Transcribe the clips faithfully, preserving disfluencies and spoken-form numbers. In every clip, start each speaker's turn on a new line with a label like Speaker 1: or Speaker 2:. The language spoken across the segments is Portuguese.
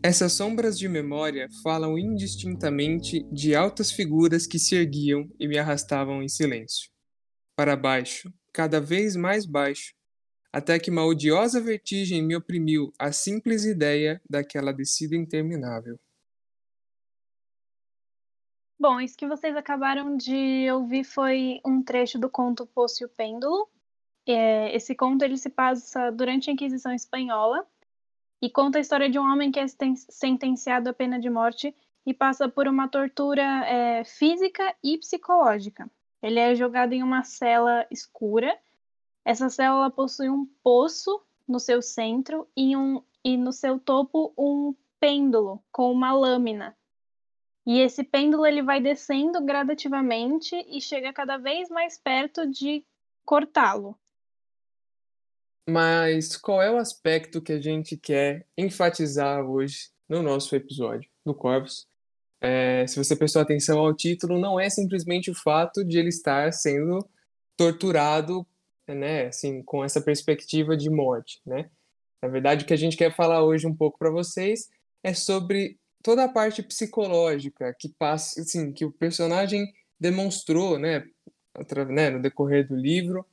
Speaker 1: Essas sombras de memória falam indistintamente de altas figuras que se erguiam e me arrastavam em silêncio, para baixo, cada vez mais baixo, até que uma odiosa vertigem me oprimiu a simples ideia daquela descida interminável.
Speaker 2: Bom, isso que vocês acabaram de ouvir foi um trecho do conto Poço e o Pêndulo. É, esse conto ele se passa durante a Inquisição Espanhola e conta a história de um homem que é sen- sentenciado à pena de morte e passa por uma tortura é, física e psicológica. Ele é jogado em uma cela escura. Essa cela possui um poço no seu centro e, um, e no seu topo um pêndulo com uma lâmina. E esse pêndulo ele vai descendo gradativamente e chega cada vez mais perto de cortá-lo.
Speaker 1: Mas qual é o aspecto que a gente quer enfatizar hoje no nosso episódio do Corvus? É, se você prestou atenção ao título, não é simplesmente o fato de ele estar sendo torturado, né, assim, com essa perspectiva de morte, né? Na verdade, o que a gente quer falar hoje um pouco para vocês é sobre toda a parte psicológica que passa, assim, que o personagem demonstrou, né, atra- né, no decorrer do livro,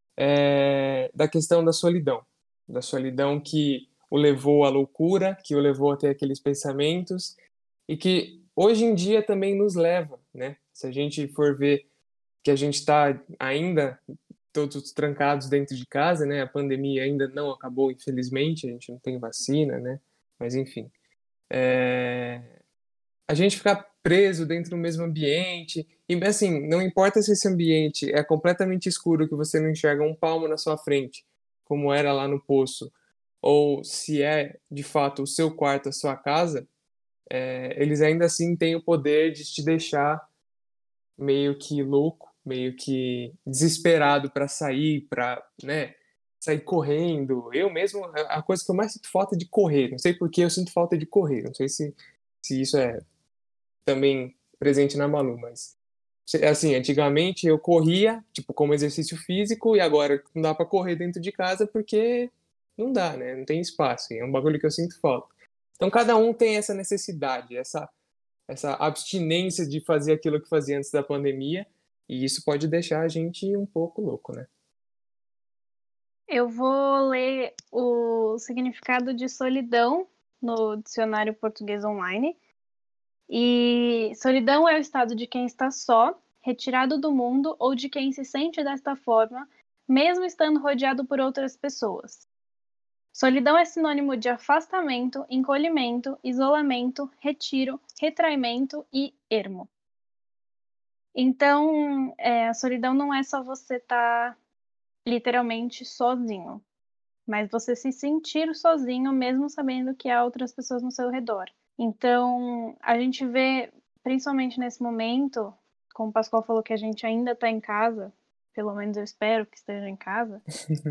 Speaker 1: é, da questão da solidão, da solidão que o levou à loucura, que o levou a ter aqueles pensamentos e que hoje em dia também nos leva, né? Se a gente for ver que a gente está ainda todos trancados dentro de casa, né? A pandemia ainda não acabou, infelizmente, a gente não tem vacina, né? Mas enfim, é... a gente ficar preso dentro do mesmo ambiente e assim, não importa se esse ambiente é completamente escuro que você não enxerga um palmo na sua frente, como era lá no poço, ou se é de fato o seu quarto, a sua casa, é, eles ainda assim têm o poder de te deixar meio que louco, meio que desesperado para sair, para, né, sair correndo. Eu mesmo, a a coisa que eu mais sinto falta é de correr. Não sei por que eu sinto falta de correr. Não sei se, se isso é também presente na Malu, mas assim, antigamente eu corria, tipo, como exercício físico, e agora não dá para correr dentro de casa porque não dá, né? Não tem espaço. E é um bagulho que eu sinto falta. Então cada um tem essa necessidade, essa essa abstinência de fazer aquilo que fazia antes da pandemia, e isso pode deixar a gente um pouco louco, né?
Speaker 2: Eu vou ler o significado de solidão no dicionário português online. E solidão é o estado de quem está só, retirado do mundo ou de quem se sente desta forma, mesmo estando rodeado por outras pessoas. Solidão é sinônimo de afastamento, encolhimento, isolamento, retiro, retraimento e ermo. Então, é, a solidão não é só você estar literalmente sozinho, mas você se sentir sozinho mesmo sabendo que há outras pessoas no seu redor. Então, a gente vê, principalmente nesse momento, como o Pascoal falou que a gente ainda está em casa, pelo menos eu espero que esteja em casa,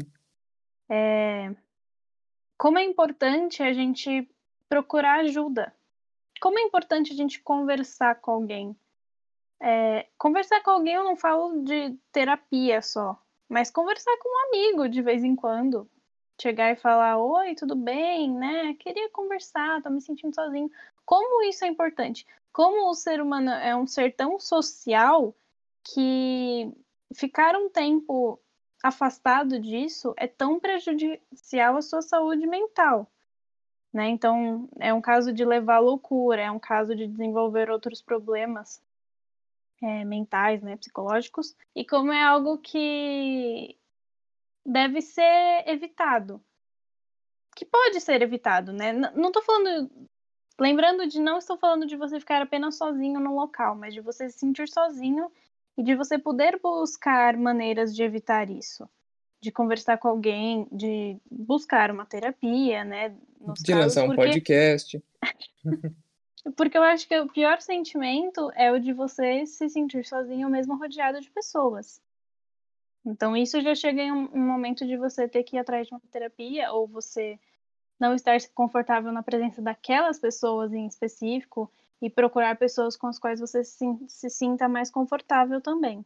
Speaker 2: é, como é importante a gente procurar ajuda. Como é importante a gente conversar com alguém. É, conversar com alguém eu não falo de terapia só, mas conversar com um amigo de vez em quando. Chegar e falar, oi, tudo bem, né? Queria conversar, tô me sentindo sozinho. Como isso é importante? Como o ser humano é um ser tão social que ficar um tempo afastado disso é tão prejudicial à sua saúde mental, né? Então, é um caso de levar à loucura, é um caso de desenvolver outros problemas é, mentais, né, psicológicos, e como é algo que deve ser evitado, que pode ser evitado, né? N- não estou falando, lembrando de não estou falando de você ficar apenas sozinho no local, mas de você se sentir sozinho e de você poder buscar maneiras de evitar isso, de conversar com alguém, de buscar uma terapia, né, nos
Speaker 1: De
Speaker 2: casos,
Speaker 1: lançar um
Speaker 2: porque
Speaker 1: podcast.
Speaker 2: porque eu acho que o pior sentimento é o de você se sentir sozinho, mesmo rodeado de pessoas. Então, isso já chega em um, um momento de você ter que ir atrás de uma terapia ou você não estar confortável na presença daquelas pessoas em específico e procurar pessoas com as quais você se, se sinta mais confortável também.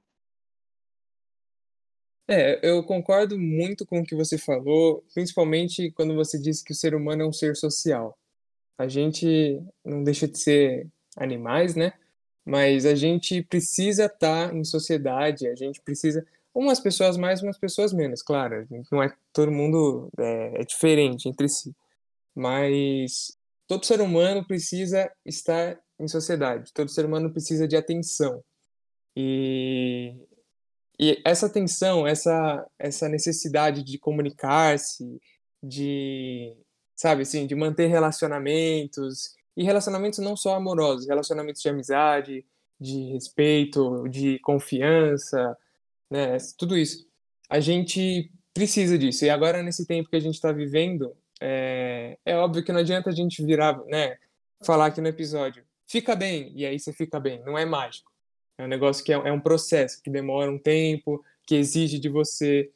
Speaker 1: É, eu concordo muito com o que você falou, principalmente quando você disse que o ser humano é um ser social. A gente não deixa de ser animais, né? Mas a gente precisa estar em sociedade, a gente precisa. Umas pessoas mais, umas pessoas menos, claro. Não é todo mundo é, é diferente entre si. Mas todo ser humano precisa estar em sociedade, todo ser humano precisa de atenção. E, e essa atenção, essa, essa necessidade de comunicar-se, de, sabe, assim, de manter relacionamentos, e relacionamentos não só amorosos, relacionamentos de amizade, de respeito, de confiança, né, tudo isso. A gente precisa disso. E agora, nesse tempo que a gente está vivendo, é, é óbvio que não adianta a gente virar, né, falar aqui no episódio, fica bem, e aí você fica bem. Não é mágico. É um negócio que é, é um processo, que demora um tempo, que exige de você.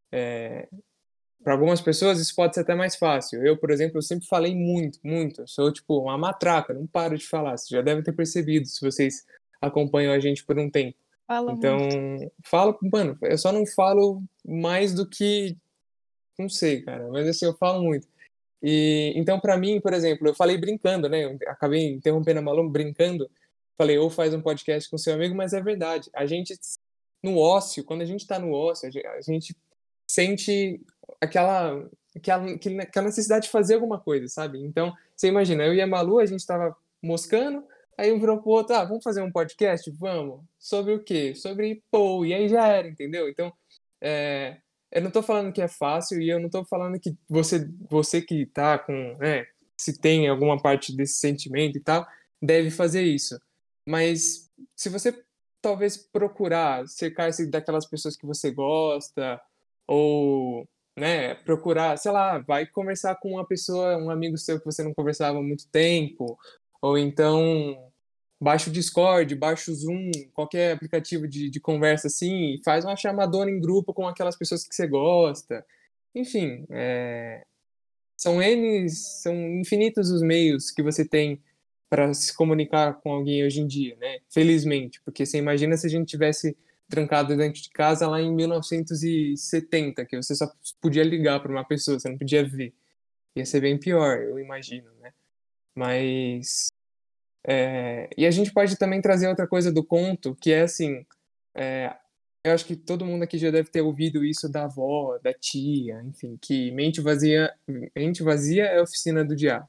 Speaker 1: Para algumas pessoas, isso pode ser até mais fácil. Eu, por exemplo, eu sempre falei muito, muito. Eu sou, tipo, uma matraca, não paro de falar. Vocês já devem ter percebido, se vocês acompanham a gente por um tempo.
Speaker 2: Fala
Speaker 1: Então,
Speaker 2: muito.
Speaker 1: falo, mano, eu só não falo mais do que, não sei, cara, mas assim, eu falo muito. E então, pra mim, por exemplo, eu falei brincando, né? Eu acabei interrompendo a Malu brincando. Falei, ou faz um podcast com seu amigo, mas é verdade. A gente, no ócio, quando a gente tá no ócio, a gente, a gente sente aquela, aquela, aquela necessidade de fazer alguma coisa, sabe? Então, você imagina, eu e a Malu, a gente tava moscando, aí um virou pro outro, ah, vamos fazer um podcast? Vamos. Sobre o quê? Sobre Paul. E aí já era, entendeu? Então, é, eu não tô falando que é fácil e eu não tô falando que você, você que tá com, né, se tem alguma parte desse sentimento e tal, deve fazer isso. Mas se você talvez procurar cercar-se daquelas pessoas que você gosta, ou, né, procurar, sei lá, vai conversar com uma pessoa, um amigo seu que você não conversava há muito tempo, ou então baixa o Discord, baixa o Zoom, qualquer aplicativo de, de conversa assim, e faz uma chamadona em grupo com aquelas pessoas que você gosta. Enfim, é, são N, são infinitos os meios que você tem para se comunicar com alguém hoje em dia, né? Felizmente, porque você imagina se a gente tivesse trancado dentro de casa lá em mil novecentos e setenta, que você só podia ligar para uma pessoa, você não podia ver. Ia ser bem pior, eu imagino, né? Mas é, e a gente pode também trazer outra coisa do conto, que é assim, é, eu acho que todo mundo aqui já deve ter ouvido isso da avó, da tia, enfim, que mente vazia, mente vazia é a oficina do diabo.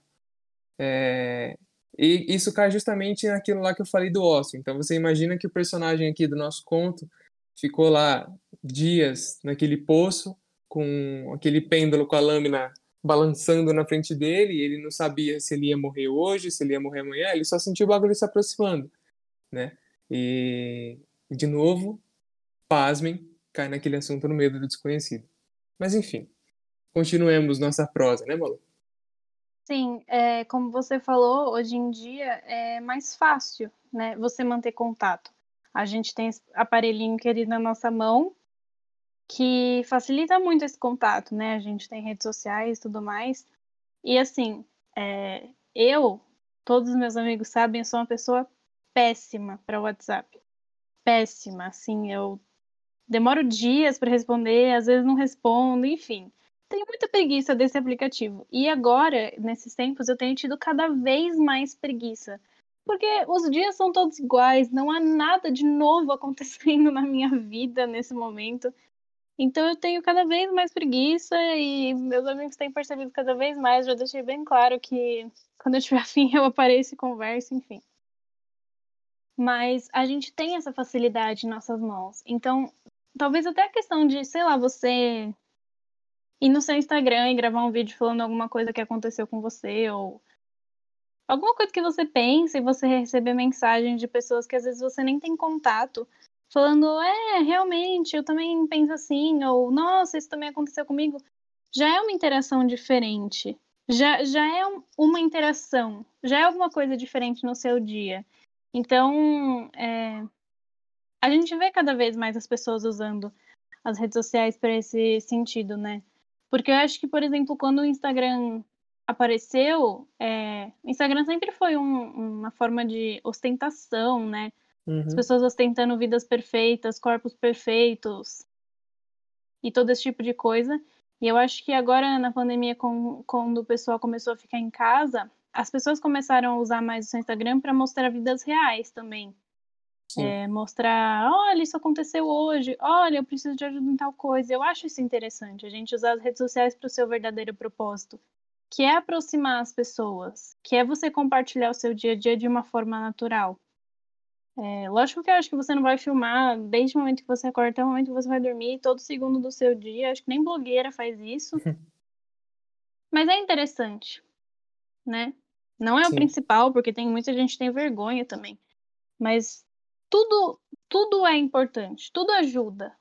Speaker 1: É, e isso cai justamente naquilo lá que eu falei do ócio. Então você imagina que o personagem aqui do nosso conto ficou lá dias naquele poço, com aquele pêndulo com a lâmina balançando na frente dele, e ele não sabia se ele ia morrer hoje, se ele ia morrer amanhã, ele só sentiu o bagulho se aproximando, né? E, de novo, pasmem, cai naquele assunto no medo do desconhecido. Mas enfim, continuemos nossa prosa, né, Malu?
Speaker 2: Sim, é, como você falou, hoje em dia é mais fácil, né, você manter contato. A gente tem esse aparelhinho querido na nossa mão que facilita muito esse contato, né? A gente tem redes sociais e tudo mais. E assim, é, eu, todos os meus amigos sabem, eu sou uma pessoa péssima para WhatsApp. Péssima, assim, eu demoro dias para responder, às vezes não respondo, enfim. Tenho muita preguiça desse aplicativo. E agora, nesses tempos, eu tenho tido cada vez mais preguiça. Porque os dias são todos iguais, não há nada de novo acontecendo na minha vida nesse momento. Então eu tenho cada vez mais preguiça e meus amigos têm percebido cada vez mais. Já deixei bem claro que quando eu tiver afim eu apareço e converso, enfim. Mas a gente tem essa facilidade em nossas mãos. Então, talvez até a questão de, sei lá, você ir no seu Instagram e gravar um vídeo falando alguma coisa que aconteceu com você, ou alguma coisa que você pensa e você receber mensagem de pessoas que às vezes você nem tem contato, falando, é, realmente, eu também penso assim, ou nossa, isso também aconteceu comigo, já é uma interação diferente. Já, já é um- uma interação, já é alguma coisa diferente no seu dia. Então, é, a gente vê cada vez mais as pessoas usando as redes sociais para esse sentido, né? Porque eu acho que, por exemplo, quando o Instagram apareceu, é, o Instagram sempre foi um- uma forma de ostentação, né? As
Speaker 1: Uhum.
Speaker 2: pessoas ostentando vidas perfeitas, corpos perfeitos e todo esse tipo de coisa. E eu acho que agora, na pandemia, com- quando o pessoal começou a ficar em casa, as pessoas começaram a usar mais o seu Instagram para mostrar vidas reais também.
Speaker 1: Sim,
Speaker 2: É, mostrar, olha, isso aconteceu hoje, olha, eu preciso de ajuda em tal coisa. Eu acho isso interessante, a gente usar as redes sociais para o seu verdadeiro propósito, que é aproximar as pessoas, que é você compartilhar o seu dia a dia de uma forma natural. É, lógico que eu acho que você não vai filmar desde o momento que você acorda até o momento que você vai dormir, todo segundo do seu dia. Acho que nem blogueira faz isso. Mas é interessante, né? Não é o
Speaker 1: sim.
Speaker 2: principal, porque tem muita gente que tem vergonha também. Mas tudo, tudo é importante, tudo ajuda.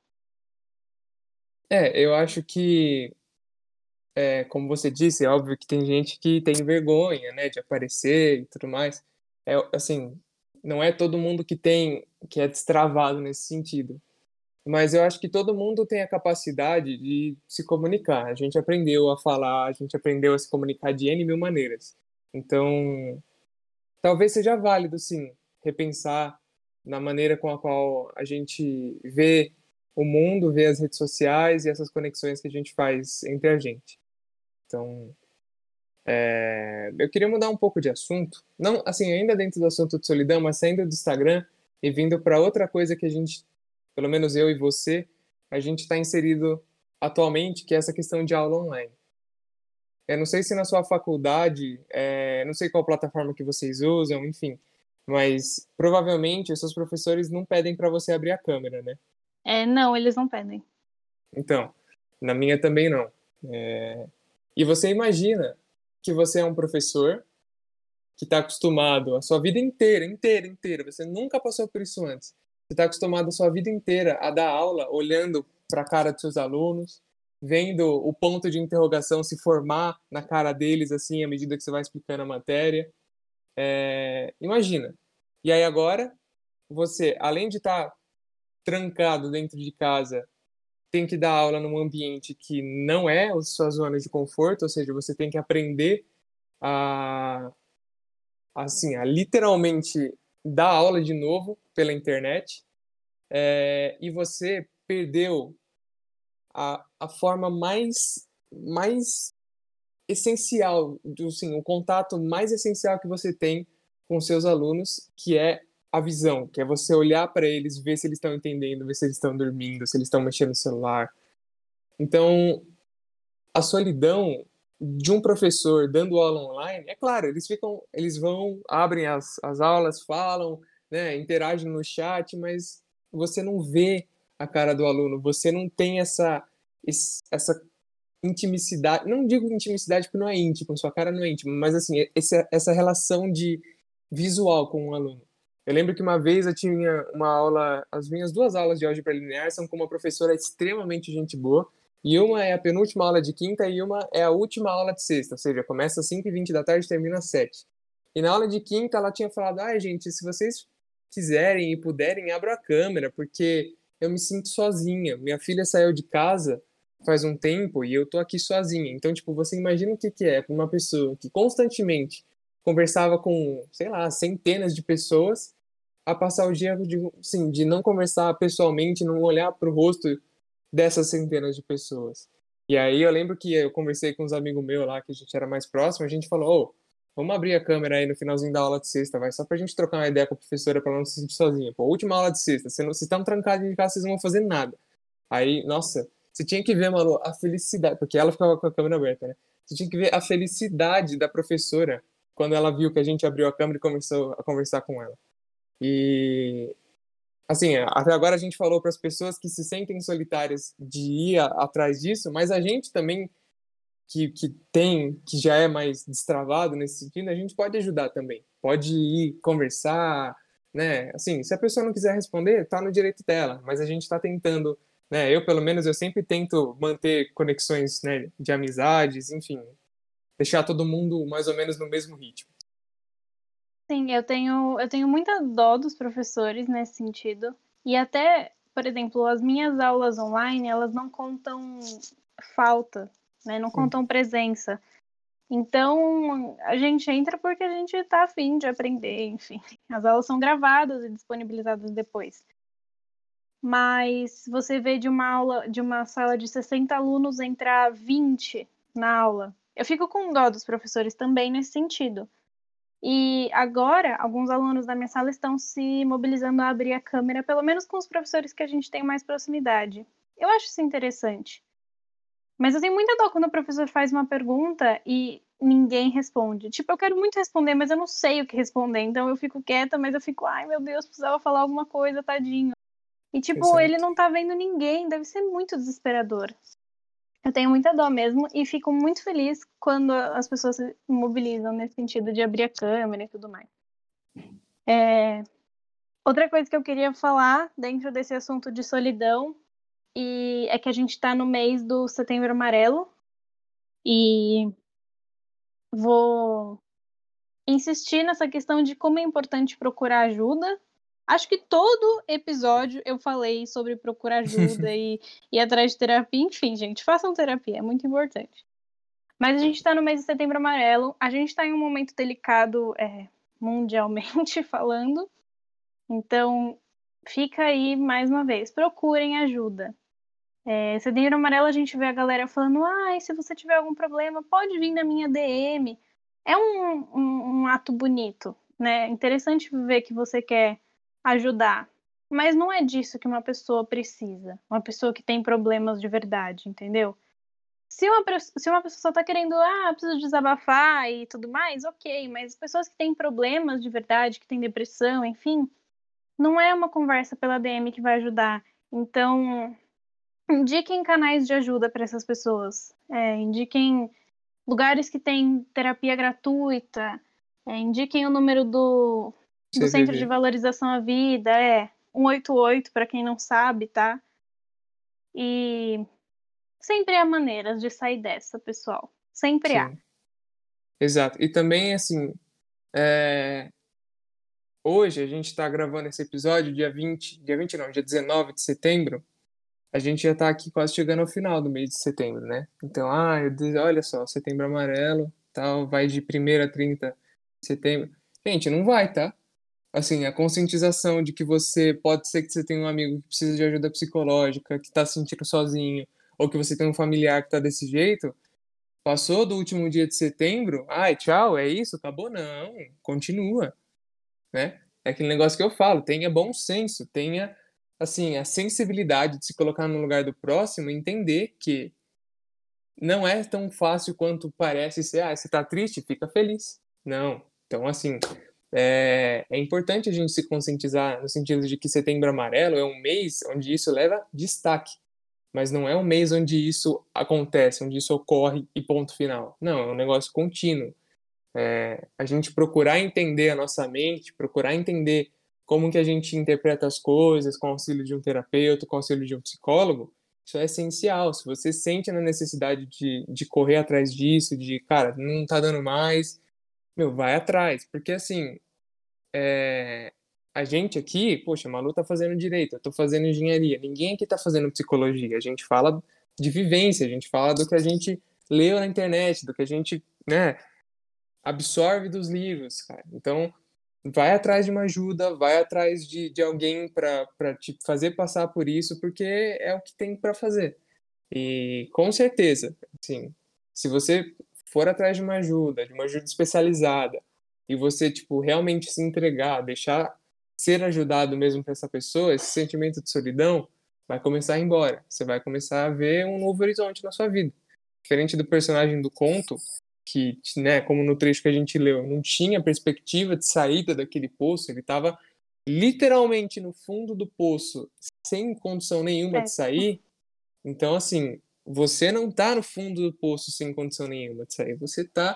Speaker 1: É, eu acho que, é, como você disse, é óbvio que tem gente que tem vergonha, né, de aparecer e tudo mais. É, assim, não é todo mundo que tem, que é destravado nesse sentido. Mas eu acho que todo mundo tem a capacidade de se comunicar. A gente aprendeu a falar, a gente aprendeu a se comunicar de N mil maneiras. Então, talvez seja válido, sim, repensar na maneira com a qual a gente vê o mundo, vê as redes sociais e essas conexões que a gente faz entre a gente. Então, é, eu queria mudar um pouco de assunto, não, assim, ainda dentro do assunto de solidão, mas saindo do Instagram e vindo para outra coisa que a gente, pelo menos eu e você, a gente está inserido atualmente, que é essa questão de aula online. Eu não sei se na sua faculdade, é, não sei qual plataforma que vocês usam, enfim, mas provavelmente os seus professores não pedem para você abrir a câmera, né?
Speaker 2: É, não, eles não pedem.
Speaker 1: Então, na minha também não. É, e você imagina que você é um professor que está acostumado a sua vida inteira, inteira, inteira, você nunca passou por isso antes. Você está acostumado a sua vida inteira a dar aula olhando para a cara dos seus alunos, vendo o ponto de interrogação se formar na cara deles assim à medida que você vai explicando a matéria. É, imagina. E aí agora você, além de estar tá trancado dentro de casa, tem que dar aula num ambiente que não é a sua zona de conforto, ou seja, você tem que aprender a assim, a literalmente dar aula de novo pela internet, é, e você perdeu a, a forma mais, mais essencial, do, assim, o contato mais essencial que você tem com seus alunos, que é a visão, que é você olhar para eles, ver se eles estão entendendo, ver se eles estão dormindo, se eles estão mexendo no celular. Então, a solidão de um professor dando aula online, é claro, eles ficam, eles vão, abrem as, as aulas, falam, né, interagem no chat, mas você não vê a cara do aluno, você não tem essa, essa intimicidade, não digo intimicidade porque não é íntimo, sua cara não é íntima, mas assim, essa, essa relação de visual com o aluno. Eu lembro que uma vez eu tinha uma aula, as minhas duas aulas de álgebra linear são com uma professora extremamente gente boa, e uma é a penúltima aula de quinta e uma é a última aula de sexta, ou seja, começa às cinco e vinte da tarde e termina às sete. E na aula de quinta ela tinha falado, ai ah, gente, se vocês quiserem e puderem, abra a câmera, porque eu me sinto sozinha. Minha filha saiu de casa faz um tempo e eu tô aqui sozinha. Então, tipo, você imagina o que que é para uma pessoa que constantemente conversava com, sei lá, centenas de pessoas, a passar o dia de, assim, de não conversar pessoalmente, não olhar para o rosto dessas centenas de pessoas. E aí eu lembro que eu conversei com uns amigos meus lá, que a gente era mais próximo, a gente falou, ô, vamos abrir a câmera aí no finalzinho da aula de sexta, vai, só pra gente trocar uma ideia com a professora pra não se sentir sozinha. Pô, última aula de sexta, vocês não, estão trancados em casa, vocês não vão fazer nada. Aí, nossa, você tinha que ver, Malu, a felicidade, porque ela ficava com a câmera aberta, né? Você tinha que ver a felicidade da professora quando ela viu que a gente abriu a câmera e começou a conversar com ela. E, assim, até agora a gente falou para as pessoas que se sentem solitárias de ir a, atrás disso, mas a gente também, que, que tem, que já é mais destravado nesse sentido, a gente pode ajudar também. Pode ir conversar, né? Assim, se a pessoa não quiser responder, tá no direito dela, mas a gente está tentando, né? Eu, pelo menos, eu sempre tento manter conexões, né, de amizades, enfim, deixar todo mundo mais ou menos no mesmo ritmo.
Speaker 2: Sim, eu tenho, eu tenho muita dó dos professores nesse sentido. E até, por exemplo, as minhas aulas online, elas não contam falta, né? Não
Speaker 1: Sim,
Speaker 2: contam presença. Então, a gente entra porque a gente está afim de aprender, enfim. As aulas são gravadas e disponibilizadas depois. Mas você vê de uma aula, de uma sala de sessenta alunos entrar vinte na aula. Eu fico com dó dos professores também nesse sentido. E agora, alguns alunos da minha sala estão se mobilizando a abrir a câmera, pelo menos com os professores que a gente tem mais proximidade. Eu acho isso interessante. Mas eu tenho muita dó quando o professor faz uma pergunta e ninguém responde. Tipo, eu quero muito responder, mas eu não sei o que responder. Então eu fico quieta, mas eu fico, ai meu Deus, precisava falar alguma coisa, tadinho. E tipo, ele
Speaker 1: Exato.
Speaker 2: não tá vendo ninguém, deve ser muito desesperador. Eu tenho muita dó mesmo e fico muito feliz quando as pessoas se mobilizam nesse sentido de abrir a câmera e tudo mais. É... Outra coisa que eu queria falar dentro desse assunto de solidão e é que a gente está no mês do Setembro Amarelo e vou insistir nessa questão de como é importante procurar ajuda. Acho que todo episódio eu falei sobre procurar ajuda e ir atrás de terapia. Enfim, gente, façam terapia, é muito importante. Mas a gente está no mês de Setembro Amarelo, a gente está em um momento delicado é, mundialmente falando. Então, fica aí mais uma vez, procurem ajuda. É, Setembro Amarelo a gente vê a galera falando, ah, se você tiver algum problema, pode vir na minha D M. É um, um, um ato bonito, né? Interessante ver que você quer ajudar. Mas não é disso que uma pessoa precisa. Uma pessoa que tem problemas de verdade, entendeu? Se uma, se uma pessoa só tá querendo, ah, preciso desabafar e tudo mais, ok. Mas pessoas que têm problemas de verdade, que têm depressão, enfim, não é uma conversa pela D M que vai ajudar. Então, indiquem canais de ajuda para essas pessoas. É, indiquem lugares que têm terapia gratuita. É, indiquem o número do, do Centro de
Speaker 1: C V V.
Speaker 2: Valorização à Vida. É um oito oito para quem não sabe, tá? E sempre há maneiras de sair dessa, pessoal. Sempre há.
Speaker 1: Sim, exato. E também, assim, é, hoje a gente está gravando esse episódio dia vinte, dia vinte não, dia dezenove de setembro. A gente já está aqui quase chegando ao final do mês de setembro, né? Então, ah, eu disse, olha só, setembro amarelo, tal, vai de primeiro a trinta de setembro. Gente, não vai, tá? Assim, a conscientização de que você pode ser que você tenha um amigo que precisa de ajuda psicológica, que está se sentindo sozinho, ou que você tem um familiar que está desse jeito, passou do último dia de setembro, ai, tchau, é isso, acabou? Não, continua, né? É aquele negócio que eu falo, tenha bom senso, tenha, assim, a sensibilidade de se colocar no lugar do próximo e entender que não é tão fácil quanto parece ser, ah, você tá triste, fica feliz. Não. Então, assim, é, é importante a gente se conscientizar no sentido de que Setembro Amarelo é um mês onde isso leva destaque, mas não é um mês onde isso acontece, onde isso ocorre e ponto final. Não, é um negócio contínuo. É, a gente procurar entender a nossa mente, procurar entender como que a gente interpreta as coisas com o auxílio de um terapeuta, com o auxílio de um psicólogo, isso é essencial. Se você sente a necessidade de, de correr atrás disso, de, cara, não tá dando mais, meu, vai atrás. Porque, assim, é, a gente aqui, poxa, a Malu tá fazendo direito, eu tô fazendo engenharia, ninguém aqui tá fazendo psicologia. A gente fala de vivência, a gente fala do que a gente leu na internet, do que a gente, né, absorve dos livros, cara. Então, vai atrás de uma ajuda, vai atrás de, de alguém para te fazer passar por isso, porque é o que tem para fazer. E com certeza, assim, se você for atrás de uma ajuda, de uma ajuda especializada, e você, tipo, realmente se entregar, deixar ser ajudado mesmo por essa pessoa, esse sentimento de solidão vai começar a ir embora. Você vai começar a ver um novo horizonte na sua vida. Diferente do personagem do conto, que, né, como no trecho que a gente leu, não tinha perspectiva de saída daquele poço, ele estava literalmente no fundo do poço, sem condição nenhuma
Speaker 2: É.
Speaker 1: de sair. Então, assim, você não está no fundo do poço sem condição nenhuma de sair, você está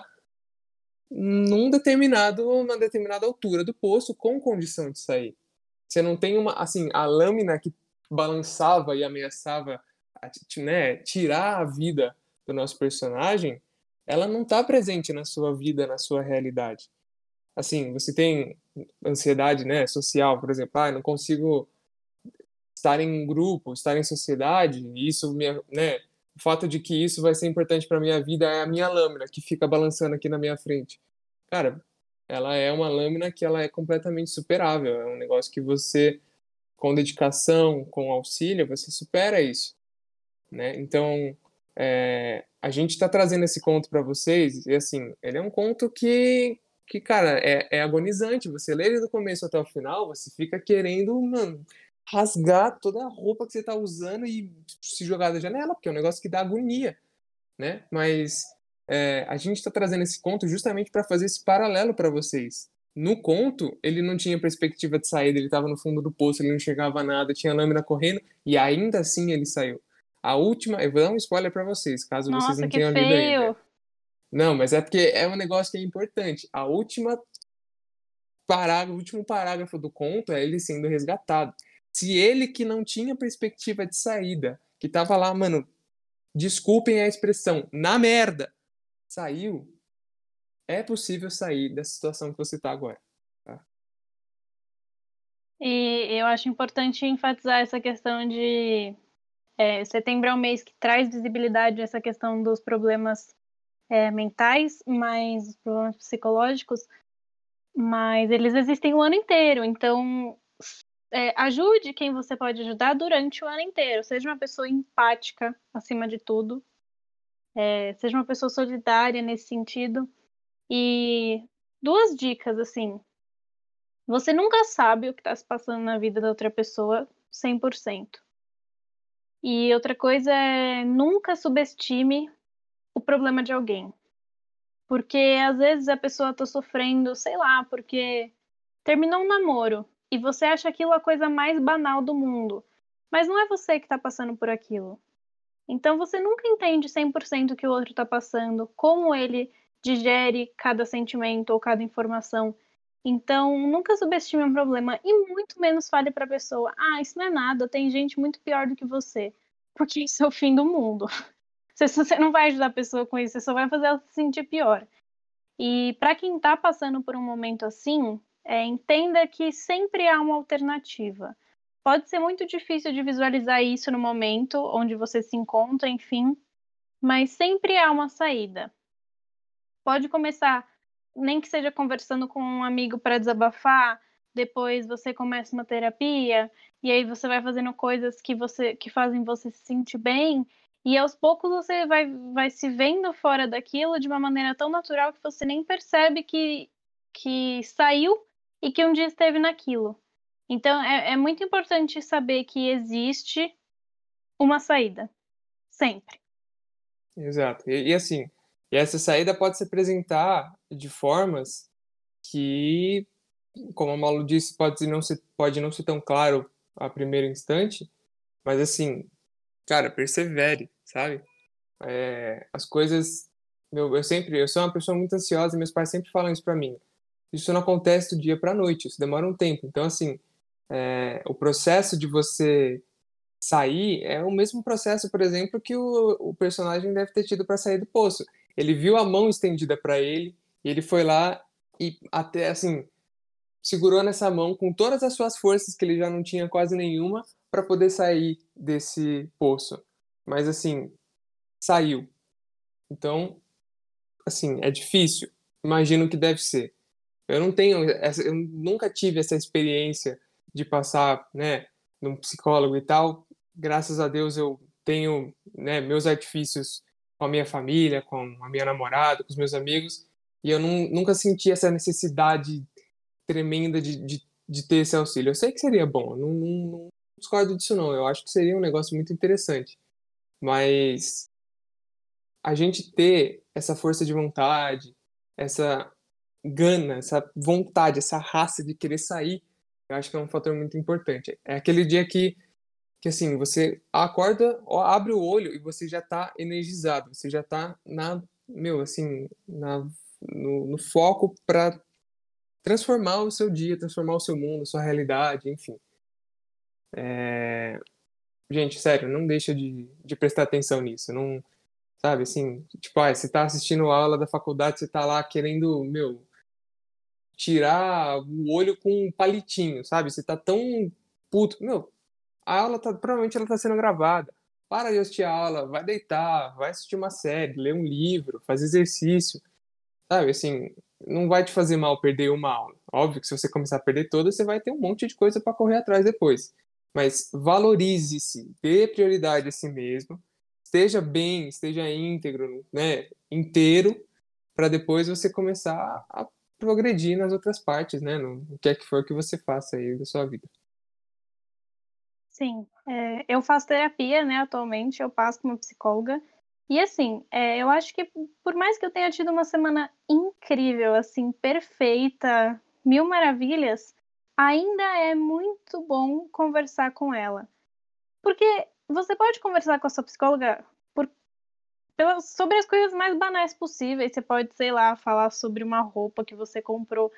Speaker 1: num determinado, uma determinada altura do poço com condição de sair. Você não tem uma, assim, a lâmina que balançava e ameaçava, né, tirar a vida do nosso personagem, ela não está presente na sua vida, na sua realidade. Assim, você tem ansiedade, né, social, por exemplo, ah, não consigo estar em um grupo, estar em sociedade, e isso, minha, né, o fato de que isso vai ser importante para minha vida é a minha lâmina que fica balançando aqui na minha frente. Cara, ela é uma lâmina que ela é completamente superável, é um negócio que você, com dedicação, com auxílio, você supera isso, né? Então, é, a gente está trazendo esse conto para vocês, e assim, ele é um conto que que, cara, é, é agonizante. Você lê ele do começo até o final, você fica querendo, mano, rasgar toda a roupa que você tá usando e se jogar da janela, porque é um negócio que dá agonia, né? Mas é, a gente está trazendo esse conto justamente para fazer esse paralelo para vocês. No conto, ele não tinha perspectiva de saída, ele estava no fundo do poço, ele não enxergava nada, tinha lâmina correndo e ainda assim ele saiu. A última, eu vou dar um spoiler para vocês, caso vocês
Speaker 2: Nossa,
Speaker 1: não
Speaker 2: que
Speaker 1: tenham lido ainda.
Speaker 2: feio!
Speaker 1: Não, mas é porque é um negócio que é importante. A última parágrafo, o último parágrafo do conto é ele sendo resgatado. Se ele que não tinha perspectiva de saída, que tava lá, mano, desculpem a expressão, na merda, saiu, é possível sair dessa situação que você tá agora. Tá?
Speaker 2: E eu acho importante enfatizar essa questão de é, setembro é um mês que traz visibilidade a essa questão dos problemas é, mentais, mas os problemas psicológicos, mas eles existem o ano inteiro, então é, ajude quem você pode ajudar durante o ano inteiro. Seja uma pessoa empática, acima de tudo, é, seja uma pessoa solidária nesse sentido. E duas dicas, assim, você nunca sabe o que está se passando na vida da outra pessoa cem por cento. E outra coisa é nunca subestime o problema de alguém. Porque às vezes a pessoa tá sofrendo, sei lá, porque terminou um namoro e você acha aquilo a coisa mais banal do mundo. Mas não é você que tá passando por aquilo. Então você nunca entende cem por cento o que o outro tá passando, como ele digere cada sentimento ou cada informação. Então, nunca subestime um problema e muito menos fale pra pessoa: "Ah, isso não é nada, tem gente muito pior do que você". Porque isso é o fim do mundo. Se você não vai ajudar a pessoa com isso, você só vai fazer ela se sentir pior. E para quem está passando por um momento assim, é, entenda que sempre há uma alternativa. Pode ser muito difícil de visualizar isso no momento onde você se encontra, enfim, mas sempre há uma saída. Pode começar, nem que seja conversando com um amigo para desabafar, depois você começa uma terapia, e aí você vai fazendo coisas que você que fazem você se sentir bem, e aos poucos você vai, vai se vendo fora daquilo de uma maneira tão natural que você nem percebe que, que saiu e que um dia esteve naquilo. Então é, é muito importante saber que existe uma saída, sempre.
Speaker 1: Exato. E, e assim, e essa saída pode se apresentar de formas que, como a Malu disse, pode não ser, pode não ser tão claro a primeiro instante, mas assim, cara, persevere, sabe? É, as coisas, meu, eu sempre, eu sou uma pessoa muito ansiosa e meus pais sempre falam isso pra mim. Isso não acontece do dia pra noite, isso demora um tempo. Então, assim, é, o processo de você sair é o mesmo processo, por exemplo, que o, o personagem deve ter tido para sair do poço. Ele viu a mão estendida para ele, e ele foi lá e até assim segurou nessa mão com todas as suas forças que ele já não tinha quase nenhuma para poder sair desse poço. Mas assim, saiu. Então, assim, é difícil. Imagino que deve ser. Eu não tenho essa, eu nunca tive essa experiência de passar, né, num psicólogo e tal. Graças a Deus eu tenho, né, meus artifícios com a minha família, com a minha namorada, com os meus amigos, e eu não, nunca senti essa necessidade tremenda de, de, de ter esse auxílio. Eu sei que seria bom, eu não, não, não discordo disso não. Eu acho que seria um negócio muito interessante, mas a gente ter essa força de vontade, essa gana, essa vontade, essa raça de querer sair, eu acho que é um fator muito importante. É aquele dia que, que assim, você acorda, ó, abre o olho e você já tá energizado, você já tá na, meu, assim, na, no, no foco para transformar o seu dia, transformar o seu mundo, a sua realidade, enfim. É... Gente, sério, não deixa de, de prestar atenção nisso, não, sabe, assim, tipo, ah, você tá assistindo a aula da faculdade, você tá lá querendo, meu, tirar o olho com um palitinho, sabe? Você tá tão puto. Meu, a aula tá, provavelmente ela tá sendo gravada. Para de assistir a aula, vai deitar, vai assistir uma série, ler um livro, fazer exercício, sabe? Assim, não vai te fazer mal perder uma aula. Óbvio que se você começar a perder todas, você vai ter um monte de coisa para correr atrás depois. Mas valorize-se, dê prioridade a si mesmo, esteja bem, esteja íntegro, né, inteiro, para depois você começar a progredir nas outras partes, né? No, no que é que for que você faça aí da sua vida.
Speaker 2: Sim, é, eu faço terapia, né, atualmente, eu passo com uma psicóloga. E assim, é, eu acho que por mais que eu tenha tido uma semana incrível, assim, perfeita, mil maravilhas, ainda é muito bom conversar com ela. Porque você pode conversar com a sua psicóloga por, pela, sobre as coisas mais banais possíveis. Você pode, sei lá, falar sobre uma roupa que você comprou.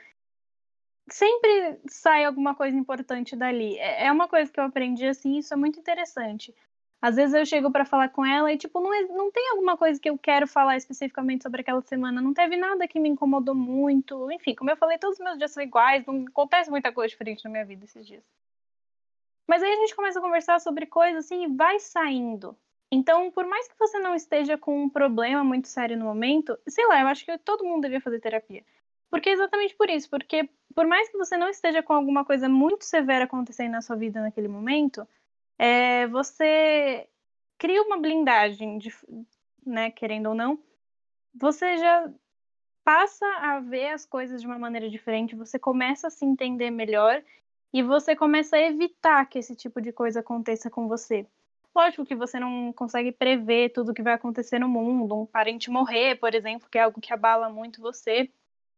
Speaker 2: Sempre sai alguma coisa importante dali. É é uma coisa que eu aprendi assim, isso é muito interessante. Às vezes eu chego pra falar com ela e, tipo, não, é- não tem alguma coisa que eu quero falar especificamente sobre aquela semana. Não teve nada que me incomodou muito. Enfim, como eu falei, todos os meus dias são iguais, não acontece muita coisa diferente na minha vida esses dias. Mas aí a gente começa a conversar sobre coisas assim e vai saindo. Então, por mais que você não esteja com um problema muito sério no momento, sei lá, eu acho que todo mundo devia fazer terapia. Porque é exatamente por isso, porque por mais que você não esteja com alguma coisa muito severa acontecendo na sua vida naquele momento, é, você cria uma blindagem, de, né, querendo ou não, você já passa a ver as coisas de uma maneira diferente, você começa a se entender melhor e você começa a evitar que esse tipo de coisa aconteça com você. Lógico que você não consegue prever tudo o que vai acontecer no mundo, um parente morrer, por exemplo, que é algo que abala muito você,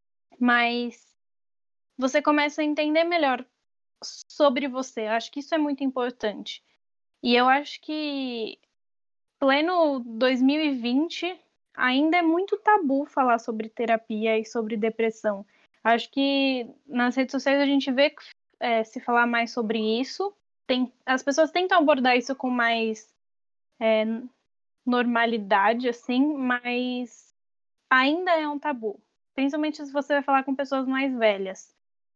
Speaker 2: mas você começa a entender melhor sobre você. Eu acho que isso é muito importante. E eu acho que pleno dois mil e vinte ainda é muito tabu falar sobre terapia e sobre depressão. Acho que nas redes sociais a gente vê é, se falar mais sobre isso. Tem, as pessoas tentam abordar isso com mais é, normalidade, assim, mas ainda é um tabu. Principalmente se você vai falar com pessoas mais velhas.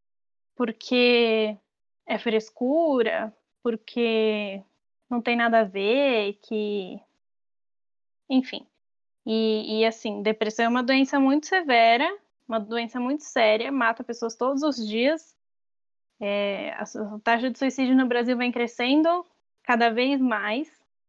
Speaker 2: Porque é frescura, porque não tem nada a ver, que. Enfim. E, e assim, depressão é uma doença muito severa, uma doença muito séria, mata pessoas todos os dias. É, a taxa de suicídio no Brasil vem crescendo cada vez mais.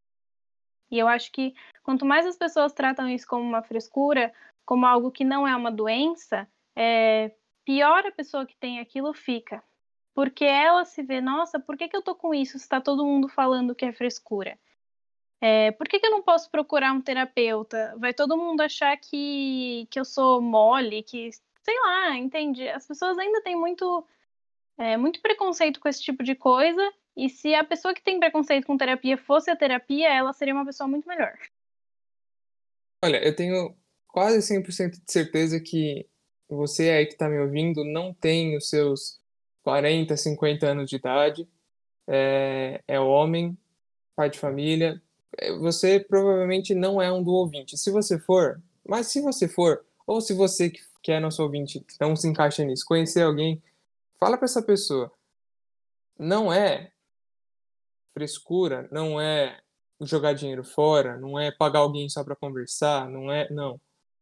Speaker 2: E eu acho que quanto mais as pessoas tratam isso como uma frescura, como algo que não é uma doença, é, pior a pessoa que tem aquilo fica. Porque ela se vê, nossa, por que, que eu tô com isso se está todo mundo falando que é frescura? É, por que, que eu não posso procurar um terapeuta? Vai todo mundo achar que, que eu sou mole, que, sei lá, entende? As pessoas ainda têm muito, é, muito preconceito com esse tipo de coisa, e se a pessoa que tem preconceito com terapia fosse a terapia, ela seria uma pessoa muito melhor.
Speaker 1: Olha, eu tenho quase cem por cento de certeza que você aí que está me ouvindo não tem os seus quarenta, cinquenta anos de idade, é, é homem, pai de família. É, você provavelmente não é um do ouvinte. Se você for, mas se você for, ou se você que que é nosso ouvinte não se encaixa nisso, conhecer alguém, fala para essa pessoa. Não é frescura, não é jogar dinheiro fora, não é pagar alguém só para conversar, não é, não.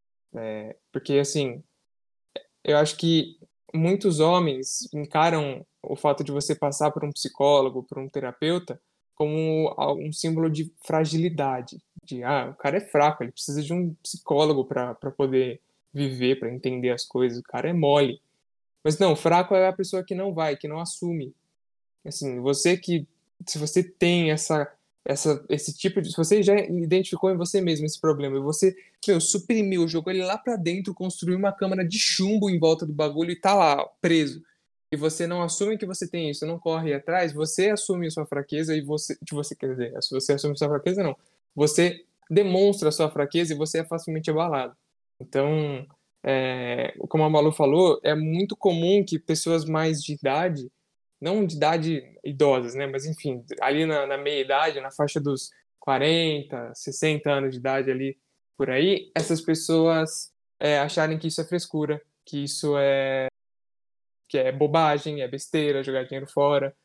Speaker 1: É, porque assim, eu acho que muitos homens encaram o fato de você passar por um psicólogo, por um terapeuta, como um símbolo de fragilidade, de ah, o cara é fraco, ele precisa de um psicólogo para para poder viver, para entender as coisas, o cara é mole. Mas não, fraco é a pessoa que não vai, que não assume. Assim, você que, se você tem essa, essa, esse tipo de, se você já identificou em você mesmo esse problema, e você, meu, suprimiu, jogou ele lá pra dentro, construiu uma câmara de chumbo em volta do bagulho e tá lá, ó, preso. E você não assume que você tem isso, não corre atrás, você assume a sua fraqueza e você, de você quer dizer, se você assume a sua fraqueza, não. Você demonstra a sua fraqueza e você é facilmente abalado. Então, é, como a Malu falou, é muito comum que pessoas mais de idade, não de idade idosas, né? Mas enfim, ali na, na meia idade, na faixa dos quarenta, sessenta anos de idade ali, por aí, essas pessoas é, acharem que isso é frescura, que isso é que é bobagem, é besteira, jogar dinheiro fora.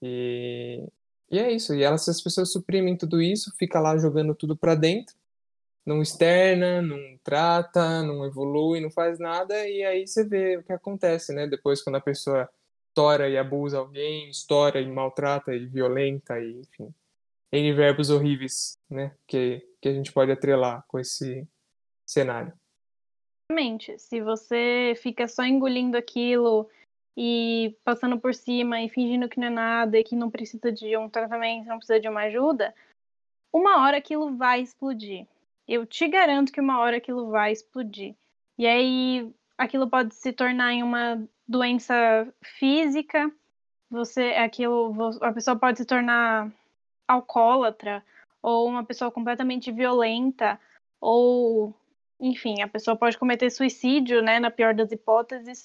Speaker 1: E, e é isso. E elas, as pessoas suprimem tudo isso, fica lá jogando tudo para dentro, não externa, não trata, não evolui, não faz nada, e aí você vê o que acontece, né? Depois, quando a pessoa estoura e abusa alguém, estoura e maltrata e violenta, e enfim, N verbos horríveis, né? Que, que a gente pode atrelar com esse cenário.
Speaker 2: Exatamente. Se você fica só engolindo aquilo e passando por cima e fingindo que não é nada e que não precisa de um tratamento, não precisa de uma ajuda, uma hora aquilo vai explodir. Eu te garanto que uma hora aquilo vai explodir. E aí aquilo pode se tornar em uma doença física, você, aquilo, a pessoa pode se tornar alcoólatra, ou uma pessoa completamente violenta, ou, enfim, a pessoa pode cometer suicídio, né, na pior das hipóteses.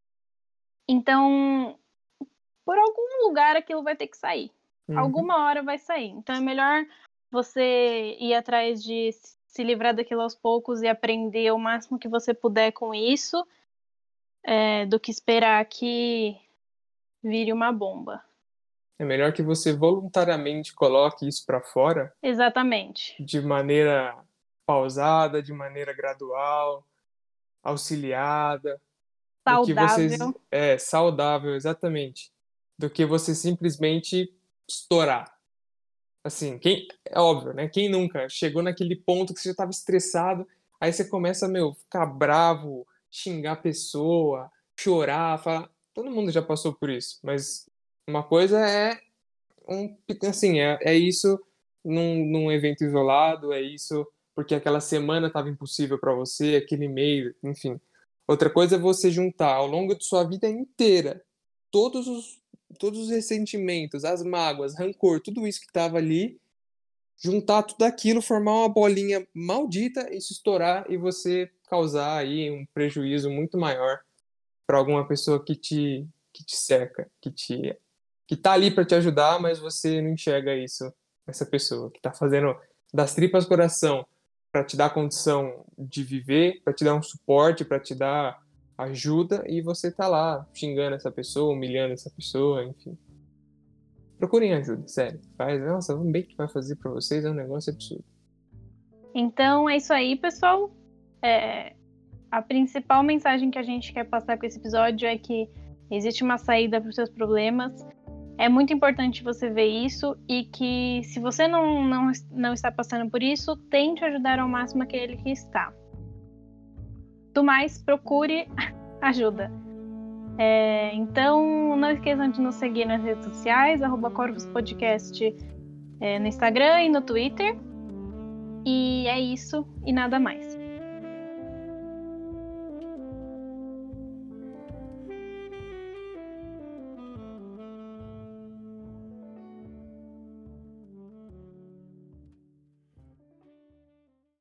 Speaker 2: Então, por algum lugar aquilo vai ter que sair.
Speaker 1: Uhum.
Speaker 2: Alguma hora vai sair. Então é melhor você ir atrás de se livrar daquilo aos poucos e aprender o máximo que você puder com isso, é, do que esperar que vire uma bomba.
Speaker 1: É melhor que você voluntariamente coloque isso para fora.
Speaker 2: Exatamente.
Speaker 1: De maneira pausada, de maneira gradual, auxiliada. Do que você
Speaker 2: Saudável.
Speaker 1: é saudável, exatamente. Do que você simplesmente estourar. Assim, quem é óbvio, né? Quem nunca chegou naquele ponto que você já estava estressado, aí você começa, meu, ficar bravo, xingar a pessoa, chorar, falar. Todo mundo já passou por isso, mas uma coisa é um, assim, é, é isso num, num evento isolado, é isso porque aquela semana estava impossível para você, aquele mês, enfim. Outra coisa é você juntar ao longo de sua vida inteira todos os, todos os ressentimentos, as mágoas, rancor, tudo isso que estava ali, juntar tudo aquilo, formar uma bolinha maldita e se estourar e você causar aí um prejuízo muito maior para alguma pessoa que te, que te cerca, que te que tá ali para te ajudar, mas você não enxerga isso, essa pessoa que tá fazendo das tripas coração para te dar condição de viver, para te dar um suporte, para te dar ajuda, e você tá lá xingando essa pessoa, humilhando essa pessoa, enfim. Procurem ajuda, sério. Faz, nossa, vamos ver o que vai fazer para vocês, é um negócio absurdo.
Speaker 2: Então é isso aí, pessoal. É, a principal mensagem que a gente quer passar com esse episódio é que existe uma saída para os seus problemas. É muito importante você ver isso e que, se você não, não, não está passando por isso, tente ajudar ao máximo aquele que está. Do mais, procure ajuda. É, então, não esqueçam de nos seguir nas redes sociais, arroba Corvus Podcast, é, no Instagram e no Twitter. E é isso e nada mais.